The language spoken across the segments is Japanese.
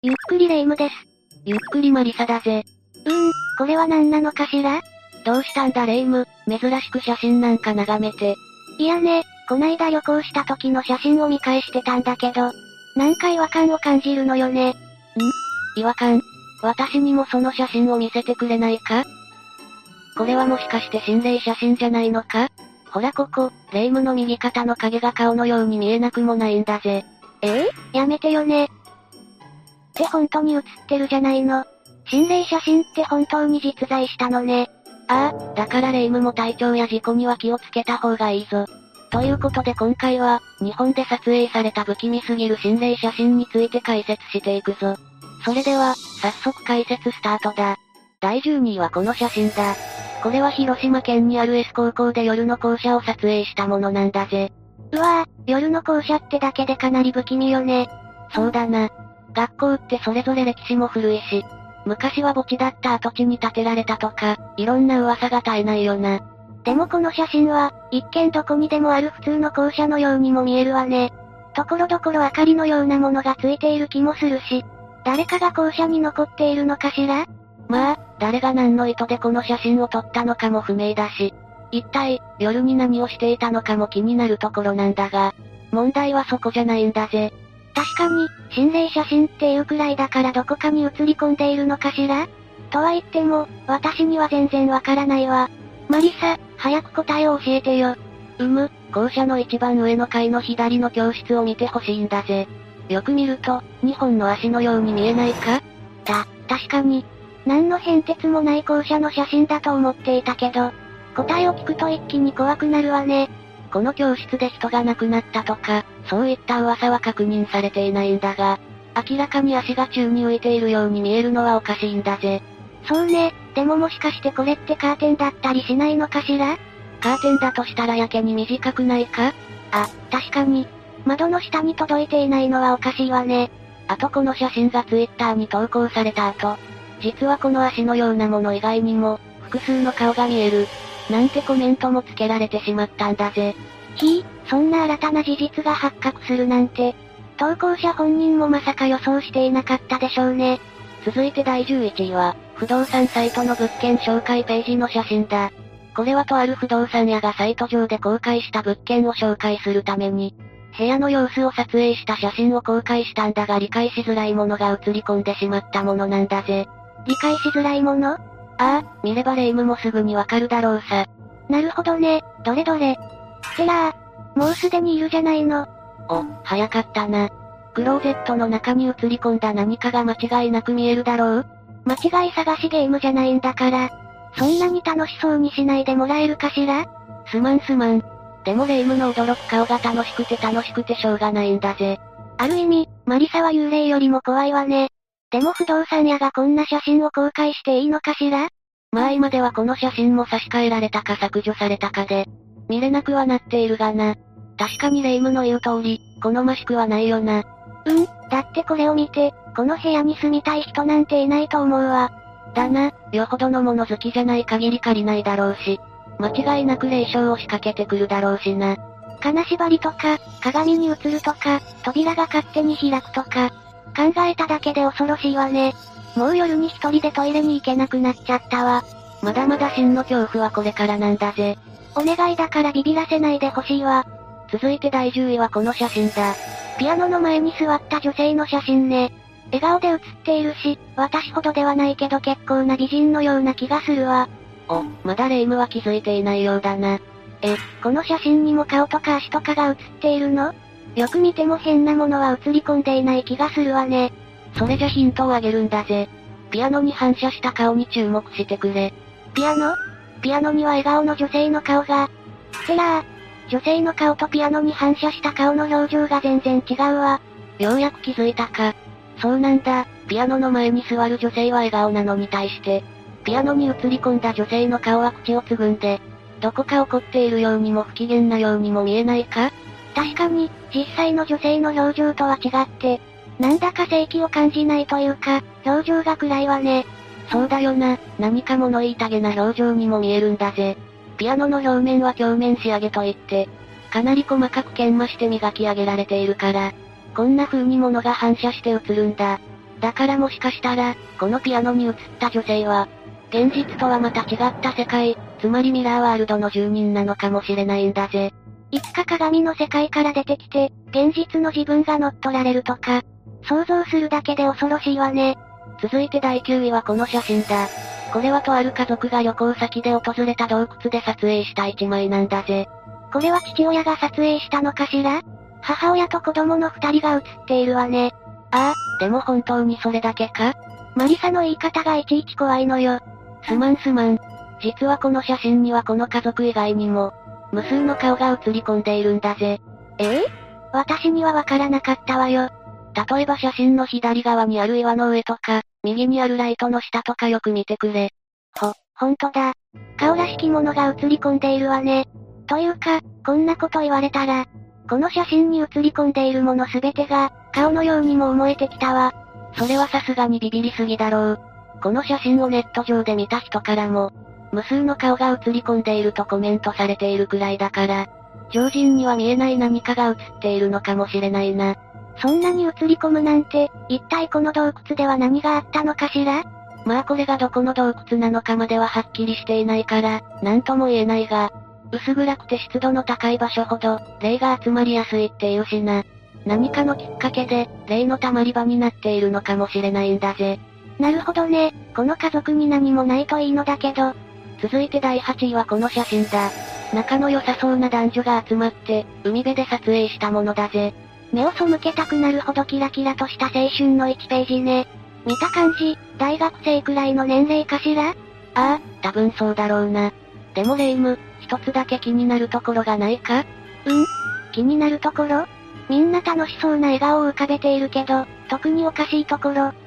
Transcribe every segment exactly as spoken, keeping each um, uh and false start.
ゆっくりレ夢ムです。 ゆっくりマリサだぜ。 うーん、これは何なのかしら？ どうしたんだレ夢ム、珍しく写真なんか眺めて。 いやね、こないだ旅行した時の写真を見返してたんだけど、なんか違和感を感じるのよね。ん？ 違和感？私にもその写真を見せてくれないか？これはもしかして心霊写真じゃないのか？ほらここ、レ夢ムの右肩の影が顔のように見えなくもないんだぜ。 ええ？やめてよね。って本当に写ってるじゃないの。心霊写真って本当に実在したのね。 ああ、だからレ夢ムも体調や事故には気をつけた方がいいぞ。ということで今回は、日本で撮影された不気味すぎる心霊写真について解説していくぞ。それでは、早速解説スタートだ。だいじゅうにいはこの写真だ。これは広島県にある S 高校で夜の校舎を撮影したものなんだぜ。 うわぁ、夜の校舎ってだけでかなり不気味よね。 そうだな。学校ってそれぞれ歴史も古いし、昔は墓地だった跡地に建てられたとか、いろんな噂が絶えないよな。 でもこの写真は、一見どこにでもある普通の校舎のようにも見えるわね。ところどころ明かりのようなものがついている気もするし、誰かが校舎に残っているのかしら？ まあ、誰が何の意図でこの写真を撮ったのかも不明だし、一体、夜に何をしていたのかも気になるところなんだが、問題はそこじゃないんだぜ。 確かに、心霊写真っていうくらいだからどこかに写り込んでいるのかしら？とは言っても、私には全然わからないわ。マリサ、早く答えを教えてよ。 うむ、校舎の一番上の階の左の教室を見てほしいんだぜ。よく見ると、にほんの足のように見えないか？ た、確かに。何の変哲もない校舎の写真だと思っていたけど、答えを聞くと一気に怖くなるわね。 この教室で人が亡くなったとか、そういった噂は確認されていないんだが、明らかに足が宙に浮いているように見えるのはおかしいんだぜ。 そうね、でももしかしてこれってカーテンだったりしないのかしら？ カーテンだとしたらやけに短くないか？ あ、確かに。窓の下に届いていないのはおかしいわね。 あとこの写真がツイッターに投稿された後、実はこの足のようなもの以外にも、複数の顔が見える。なんてコメントもつけられてしまったんだぜ。 ひぃ、そんな新たな事実が発覚するなんて、投稿者本人もまさか予想していなかったでしょうね。 続いてだいじゅういちいは、不動産サイトの物件紹介ページの写真だ。これはとある不動産屋がサイト上で公開した物件を紹介するために、部屋の様子を撮影した写真を公開したんだが理解しづらいものが映り込んでしまったものなんだぜ。 理解しづらいもの？ ああ、見ればレ夢ムもすぐにわかるだろうさ。 なるほどね、どれどれ。てらー、もうすでにいるじゃないの。 お、早かったな。クローゼットの中に映り込んだ何かが間違いなく見えるだろう？ 間違い探しゲームじゃないんだから、そんなに楽しそうにしないでもらえるかしら？ すまんすまん。でもレ夢ムの驚く顔が楽しくて楽しくてしょうがないんだぜ。 ある意味、マリサは幽霊よりも怖いわね。でも不動産屋がこんな写真を公開していいのかしら？ まあ今ではこの写真も差し替えられたか削除されたかで、見れなくはなっているがな。確かにレ夢ムの言う通り、好ましくはないよな。 うん、だってこれを見て、この部屋に住みたい人なんていないと思うわ。 だな、よほどの物好きじゃない限り借りないだろうし、間違いなく霊障を仕掛けてくるだろうしな。 金縛りとか、鏡に映るとか、扉が勝手に開くとか、考えただけで恐ろしいわね。もう夜に一人でトイレに行けなくなっちゃったわ。 まだまだ真の恐怖はこれからなんだぜ。 お願いだからビビらせないでほしいわ。 続いてだいじゅういはこの写真だ。 ピアノの前に座った女性の写真ね。笑顔で写っているし、私ほどではないけど結構な美人のような気がするわ。 お、まだレ夢ムは気づいていないようだな。 え、この写真にも顔とか足とかが写っているの？よく見ても変なものは写り込んでいない気がするわね。 それじゃヒントをあげるんだぜ。ピアノに反射した顔に注目してくれ。 ピアノ？ピアノには笑顔の女性の顔が。てらー、女性の顔とピアノに反射した顔の表情が全然違うわ。 ようやく気づいたか。そうなんだ、ピアノの前に座る女性は笑顔なのに対して、ピアノに映り込んだ女性の顔は口をつぐんで、どこか怒っているようにも不機嫌なようにも見えないか？ 確かに、実際の女性の表情とは違って、なんだか正気を感じないというか、表情が暗いわね。 そうだよな、何か物言いたげな表情にも見えるんだぜ。ピアノの表面は鏡面仕上げといって、かなり細かく研磨して磨き上げられているから、こんな風に物が反射して映るんだ。 だからもしかしたら、このピアノに映った女性は、現実とはまた違った世界、つまりミラーワールドの住人なのかもしれないんだぜ。 いつか鏡の世界から出てきて、現実の自分が乗っ取られるとか、想像するだけで恐ろしいわね。 続いてだいきゅういはこの写真だ。これはとある家族が旅行先で訪れた洞窟で撮影した一枚なんだぜ。 これは父親が撮影したのかしら？母親と子供の二人が写っているわね。 ああ、でも本当にそれだけか？ マリサの言い方がいちいち怖いのよ。 すまんすまん。実はこの写真にはこの家族以外にも、無数の顔が写り込んでいるんだぜ。 ええ？私にはわからなかったわよ。 例えば写真の左側にある岩の上とか、右にあるライトの下とかよく見てくれ。 ほ、ほんとだ。顔らしきものが写り込んでいるわね。というか、こんなこと言われたら、この写真に写り込んでいるものすべてが、顔のようにも思えてきたわ。 それはさすがにビビりすぎだろう。この写真をネット上で見た人からも、無数の顔が写り込んでいるとコメントされているくらいだから、常人には見えない何かが写っているのかもしれないな。 そんなに映り込むなんて、一体この洞窟では何があったのかしら？ まあこれがどこの洞窟なのかまでははっきりしていないから、なんとも言えないが、薄暗くて湿度の高い場所ほど、霊が集まりやすいっていうしな。何かのきっかけで、霊の溜まり場になっているのかもしれないんだぜ。 なるほどね、この家族に何もないといいのだけど。 続いてだいはちいはこの写真だ。仲の良さそうな男女が集まって、海辺で撮影したものだぜ。 目を背けたくなるほどキラキラとした青春のいちページね。見た感じ、大学生くらいの年齢かしら？ああ、多分そうだろうな。でもレイム、一つだけ気になるところがないか？ うん？気になるところ？みんな楽しそうな笑顔を浮かべているけど、特におかしいところ。って、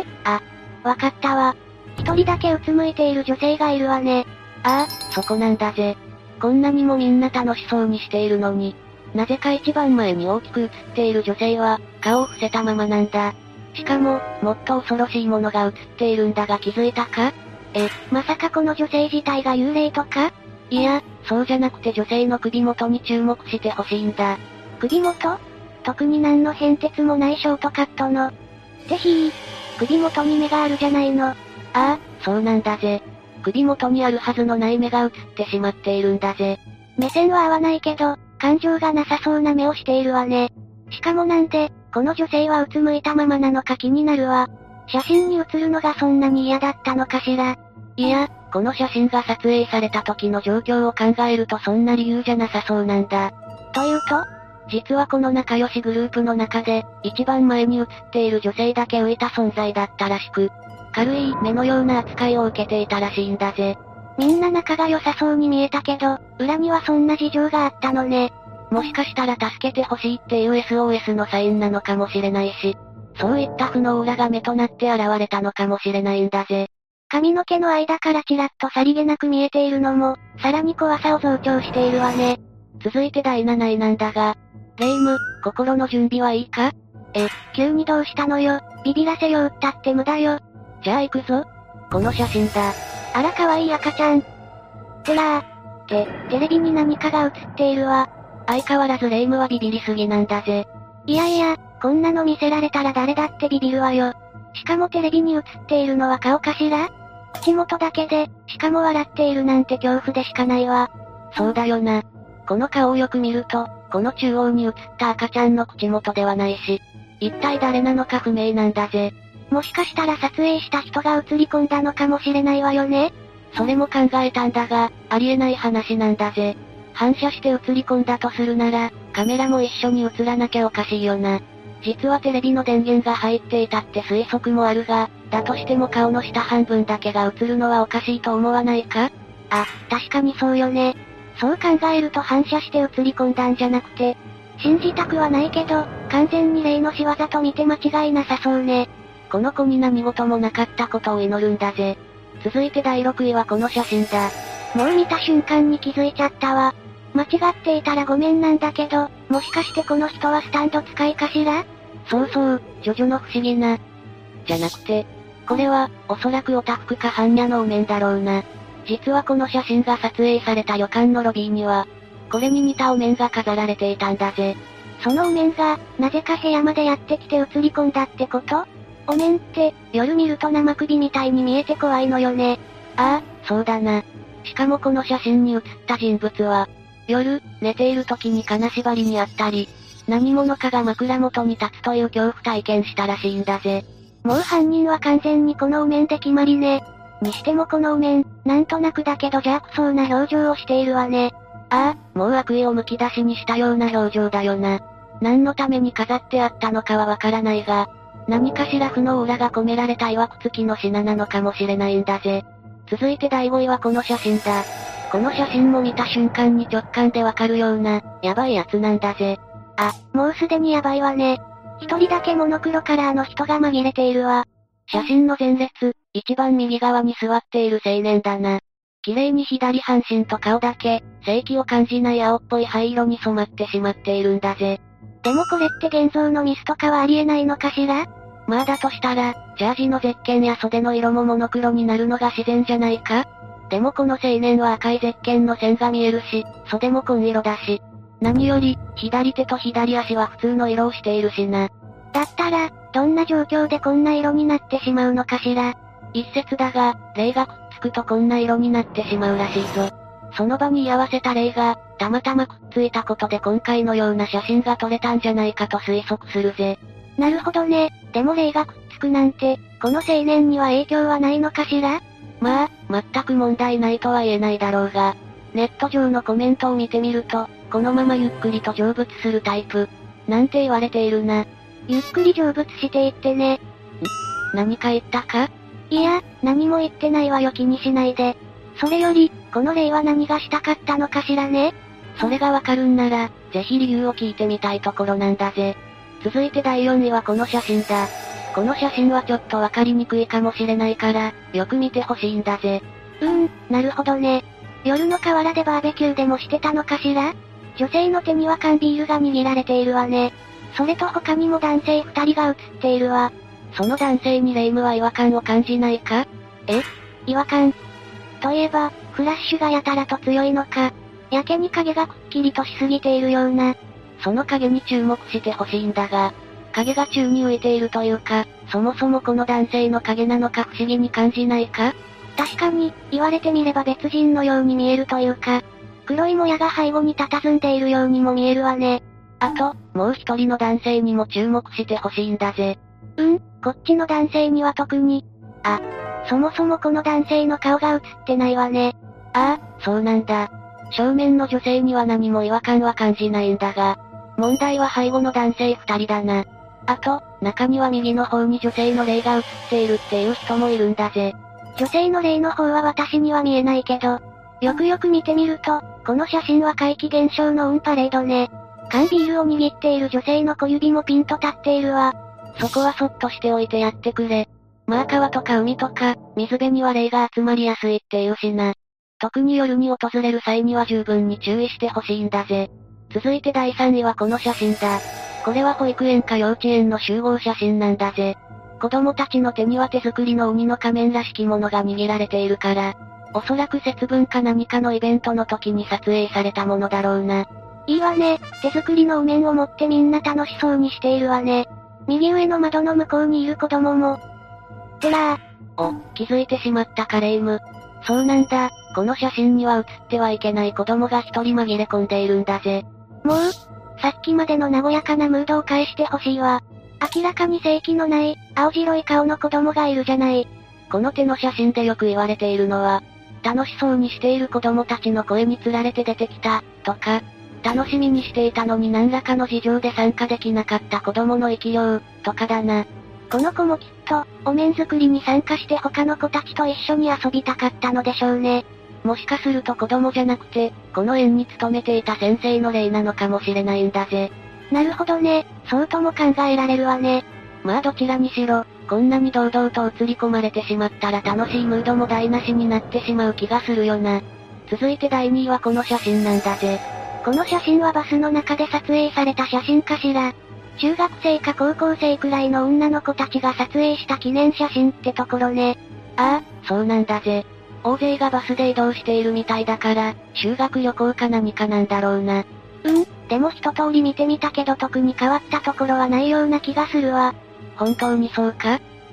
あ、わかったわ。一人だけうつむいている女性がいるわね。 ああ、そこなんだぜ。こんなにもみんな楽しそうにしているのに、なぜか一番前に大きく映っている女性は、顔を伏せたままなんだ。しかも、もっと恐ろしいものが映っているんだが気づいたか？ え、まさかこの女性自体が幽霊とか？ いや、そうじゃなくて女性の首元に注目してほしいんだ。 首元？特に何の変哲もないショートカットの。てひー、首元に目があるじゃないの。ああ、そうなんだぜ。首元にあるはずのない目が映ってしまっているんだぜ。 目線は合わないけど、感情がなさそうな目をしているわね。しかもなんで、この女性はうつむいたままなのか気になるわ。写真に写るのがそんなに嫌だったのかしら。 いや、この写真が撮影された時の状況を考えるとそんな理由じゃなさそうなんだ。 というと？ 実はこの仲良しグループの中で、一番前に写っている女性だけ浮いた存在だったらしく、軽い目のような扱いを受けていたらしいんだぜ。 みんな仲が良さそうに見えたけど、裏にはそんな事情があったのね。 もしかしたら助けてほしいっていう エスオーエス のサインなのかもしれないし、そういった負の裏が目となって現れたのかもしれないんだぜ。 髪の毛の間からちらっとさりげなく見えているのも、さらに怖さを増長しているわね。 続いてだいなないなんだが、レイム、心の準備はいいか？ え、急にどうしたのよ、ビビらせようったって無駄よ。 じゃあ行くぞ。この写真だ。 あら可愛い赤ちゃん。ってらー。って、テレビに何かが映っているわ。 相変わらずレイムはビビりすぎなんだぜ。 いやいや、こんなの見せられたら誰だってビビるわよ。しかもテレビに映っているのは顔かしら？口元だけで、しかも笑っているなんて恐怖でしかないわ。 そうだよな。この顔をよく見ると、この中央に映った赤ちゃんの口元ではないし、一体誰なのか不明なんだぜ。 もしかしたら撮影した人が映り込んだのかもしれないわよね。 それも考えたんだが、ありえない話なんだぜ。反射して映り込んだとするなら、カメラも一緒に映らなきゃおかしいよな。実はテレビの電源が入っていたって推測もあるが、だとしても顔の下半分だけが映るのはおかしいと思わないか？ あ、確かにそうよね。そう考えると反射して映り込んだんじゃなくて、信じたくはないけど、完全に霊の仕業と見て間違いなさそうね。 この子に何事もなかったことを祈るんだぜ。続いてだいろくいはこの写真だ。 もう見た瞬間に気づいちゃったわ。間違っていたらごめんなんだけど、もしかしてこの人はスタンド使いかしら？ そうそう、ジョジョの不思議な。じゃなくて、これは、おそらくオタフクか般若のお面だろうな。実はこの写真が撮影された旅館のロビーには、これに似たお面が飾られていたんだぜ。 そのお面が、なぜか部屋までやってきて映り込んだってこと？ お面って、夜見ると生首みたいに見えて怖いのよね。 ああ、そうだな。しかもこの写真に写った人物は、夜、寝ている時に金縛りにあったり、何者かが枕元に立つという恐怖体験したらしいんだぜ。 もう犯人は完全にこのお面で決まりね。にしてもこのお面、なんとなくだけど邪悪そうな表情をしているわね。 ああ、もう悪意をむき出しにしたような表情だよな。何のために飾ってあったのかはわからないが、何かしら負のオーラが込められた曰く付きの品なのかもしれないんだぜ。続いてだいごいはこの写真だ。この写真も見た瞬間に直感でわかるような、やばいやつなんだぜ。 あ、もうすでにやばいわね。一人だけモノクロカラーの人が紛れているわ。 写真の前列、一番右側に座っている青年だな。綺麗に左半身と顔だけ、正気を感じない青っぽい灰色に染まってしまっているんだぜ。 でもこれって現像のミスとかはありえないのかしら？ まあだとしたら、ジャージのゼッケンや袖の色もモノクロになるのが自然じゃないか？でもこの青年は赤いゼッケンの線が見えるし、袖も紺色だし。何より、左手と左足は普通の色をしているしな。 だったら、どんな状況でこんな色になってしまうのかしら？ 一説だが、霊がくっつくとこんな色になってしまうらしいぞ。その場に居合わせた霊が、たまたまくっついたことで今回のような写真が撮れたんじゃないかと推測するぜ。 なるほどね。でも霊がくっつくなんて、この青年には影響はないのかしら？ まあ、全く問題ないとは言えないだろうが、ネット上のコメントを見てみると、このままゆっくりと成仏するタイプ、なんて言われているな。 ゆっくり成仏していってね。ん？ 何か言ったか？ いや、何も言ってないわよ気にしないで。それより、この霊は何がしたかったのかしらね？ それがわかるんなら、ぜひ理由を聞いてみたいところなんだぜ。続いてだいよんいはこの写真だ。この写真はちょっとわかりにくいかもしれないから、よく見てほしいんだぜ。 うーん、なるほどね。夜の河原でバーベキューでもしてたのかしら？女性の手には缶ビールが握られているわね。それと他にも男性二人が写っているわ。 その男性に霊夢は違和感を感じないか？ え？違和感？といえば、フラッシュがやたらと強いのか、やけに影がくっきりとしすぎているような。 その影に注目してほしいんだが、影が宙に浮いているというか、そもそもこの男性の影なのか不思議に感じないか？ 確かに、言われてみれば別人のように見えるというか、黒いもやが背後に佇んでいるようにも見えるわね。 あと、もう一人の男性にも注目してほしいんだぜ。 うん、こっちの男性には特に。あ、そもそもこの男性の顔が映ってないわね。 ああ、そうなんだ。正面の女性には何も違和感は感じないんだが、問題は背後の男性二人だな。あと、中には右の方に女性の霊が映っているっていう人もいるんだぜ。 女性の霊の方は私には見えないけど、よくよく見てみると、この写真は怪奇現象のオンパレードね。缶ビールを握っている女性の小指もピンと立っているわ。 そこはそっとしておいてやってくれ。まあ川とか海とか、水辺には霊が集まりやすいっていうしな。特に夜に訪れる際には十分に注意してほしいんだぜ。続いてだいさんいはこの写真だ。これは保育園か幼稚園の集合写真なんだぜ。子供たちの手には手作りの鬼の仮面らしきものが握られているから、おそらく節分か何かのイベントの時に撮影されたものだろうな。 いいわね、手作りのお面を持ってみんな楽しそうにしているわね。右上の窓の向こうにいる子供も。てらー。 お、気づいてしまったかレイム。そうなんだ、この写真には写ってはいけない子供が一人紛れ込んでいるんだぜ。 もう、さっきまでの和やかなムードを返してほしいわ。明らかに正気のない、青白い顔の子供がいるじゃない。 この手の写真でよく言われているのは、楽しそうにしている子供たちの声に釣られて出てきた、とか、楽しみにしていたのに何らかの事情で参加できなかった子供の生き量、とかだな。 この子もきっと、お面作りに参加して他の子たちと一緒に遊びたかったのでしょうね。 もしかすると子供じゃなくて、この園に勤めていた先生の霊なのかもしれないんだぜ。 なるほどね、そうとも考えられるわね。 まあどちらにしろ、こんなに堂々と映り込まれてしまったら楽しいムードも台無しになってしまう気がするよな。続いてだいにいはこの写真なんだぜ。 この写真はバスの中で撮影された写真かしら。中学生か高校生くらいの女の子たちが撮影した記念写真ってところね。 ああ、そうなんだぜ。大勢がバスで移動しているみたいだから、修学旅行か何かなんだろうな。 うん、でも一通り見てみたけど特に変わったところはないような気がするわ。 本当にそうか？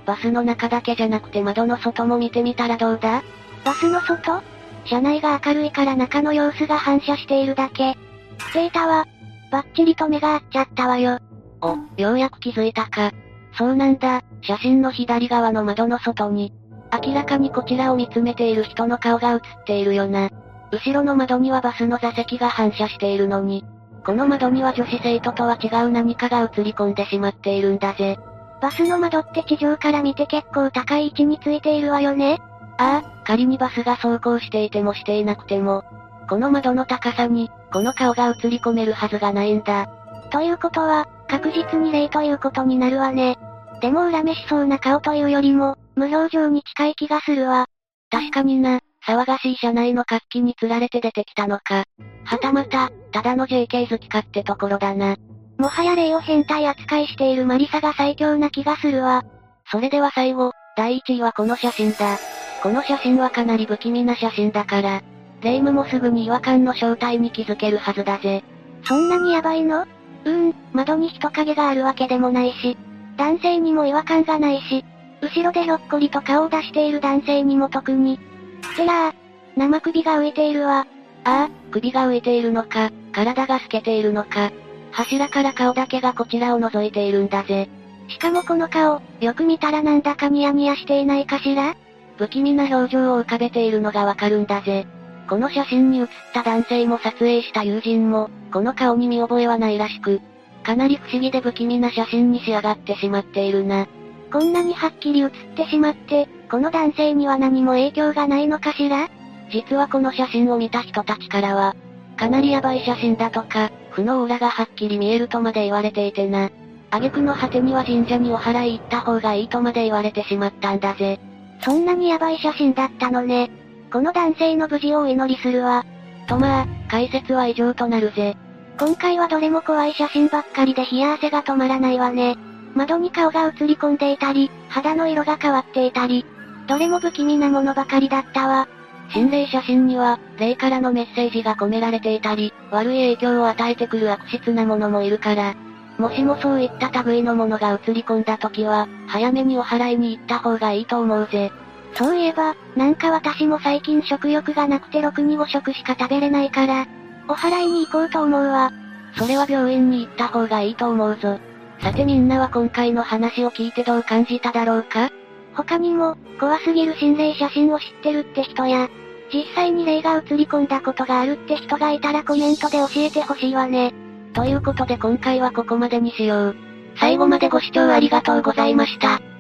バスの中だけじゃなくて窓の外も見てみたらどうだ？ バスの外？車内が明るいから中の様子が反射しているだけ。来ていたわ。バッチリと目が合っちゃったわよ。 お、ようやく気づいたか。そうなんだ、写真の左側の窓の外に、明らかにこちらを見つめている人の顔が映っているよな。後ろの窓にはバスの座席が反射しているのに、この窓には女子生徒とは違う何かが映り込んでしまっているんだぜ。 バスの窓って地上から見て結構高い位置についているわよね。 ああ、仮にバスが走行していてもしていなくても、この窓の高さに、この顔が映り込めるはずがないんだ。 ということは、確実に霊ということになるわね。でも恨めしそうな顔というよりも、無表情に近い気がするわ。 確かにな、騒がしい車内の活気に釣られて出てきたのか。はたまた、ただの ジェーケー 好きかってところだな。 もはや霊を変態扱いしているマリサが最強な気がするわ。 それでは最後、だいいちいはこの写真だ。この写真はかなり不気味な写真だから、霊夢もすぐに違和感の正体に気づけるはずだぜ。 そんなにヤバいの？うーん、窓に人影があるわけでもないし、男性にも違和感がないし、後ろでひょっこりと顔を出している男性にも特に。てらー、生首が浮いているわ。 ああ、首が浮いているのか、体が透けているのか。柱から顔だけがこちらを覗いているんだぜ。 しかもこの顔、よく見たらなんだかニヤニヤしていないかしら？ 不気味な表情を浮かべているのがわかるんだぜ。この写真に写った男性も撮影した友人も、この顔に見覚えはないらしく、かなり不思議で不気味な写真に仕上がってしまっているな。 こんなにはっきり写ってしまって、この男性には何も影響がないのかしら？ 実はこの写真を見た人たちからは、かなりヤバい写真だとか、負のオーラがはっきり見えるとまで言われていてな。挙句の果てには神社にお祓い行った方がいいとまで言われてしまったんだぜ。 そんなにヤバい写真だったのね。この男性の無事をお祈りするわ。 とまあ、解説は以上となるぜ。 今回はどれも怖い写真ばっかりで冷や汗が止まらないわね。窓に顔が映り込んでいたり、肌の色が変わっていたり、どれも不気味なものばかりだったわ。 心霊写真には、霊からのメッセージが込められていたり、悪い影響を与えてくる悪質なものもいるから、もしもそういった類のものが映り込んだ時は、早めにお祓いに行った方がいいと思うぜ。 そういえば、なんか私も最近食欲がなくてろくにご食しか食べれないから、お祓いに行こうと思うわ。 それは病院に行った方がいいと思うぞ。さてみんなは今回の話を聞いてどう感じただろうか？ 他にも、怖すぎる心霊写真を知ってるって人や、実際に霊が映り込んだことがあるって人がいたらコメントで教えてほしいわね。 ということで今回はここまでにしよう。最後までご視聴ありがとうございました。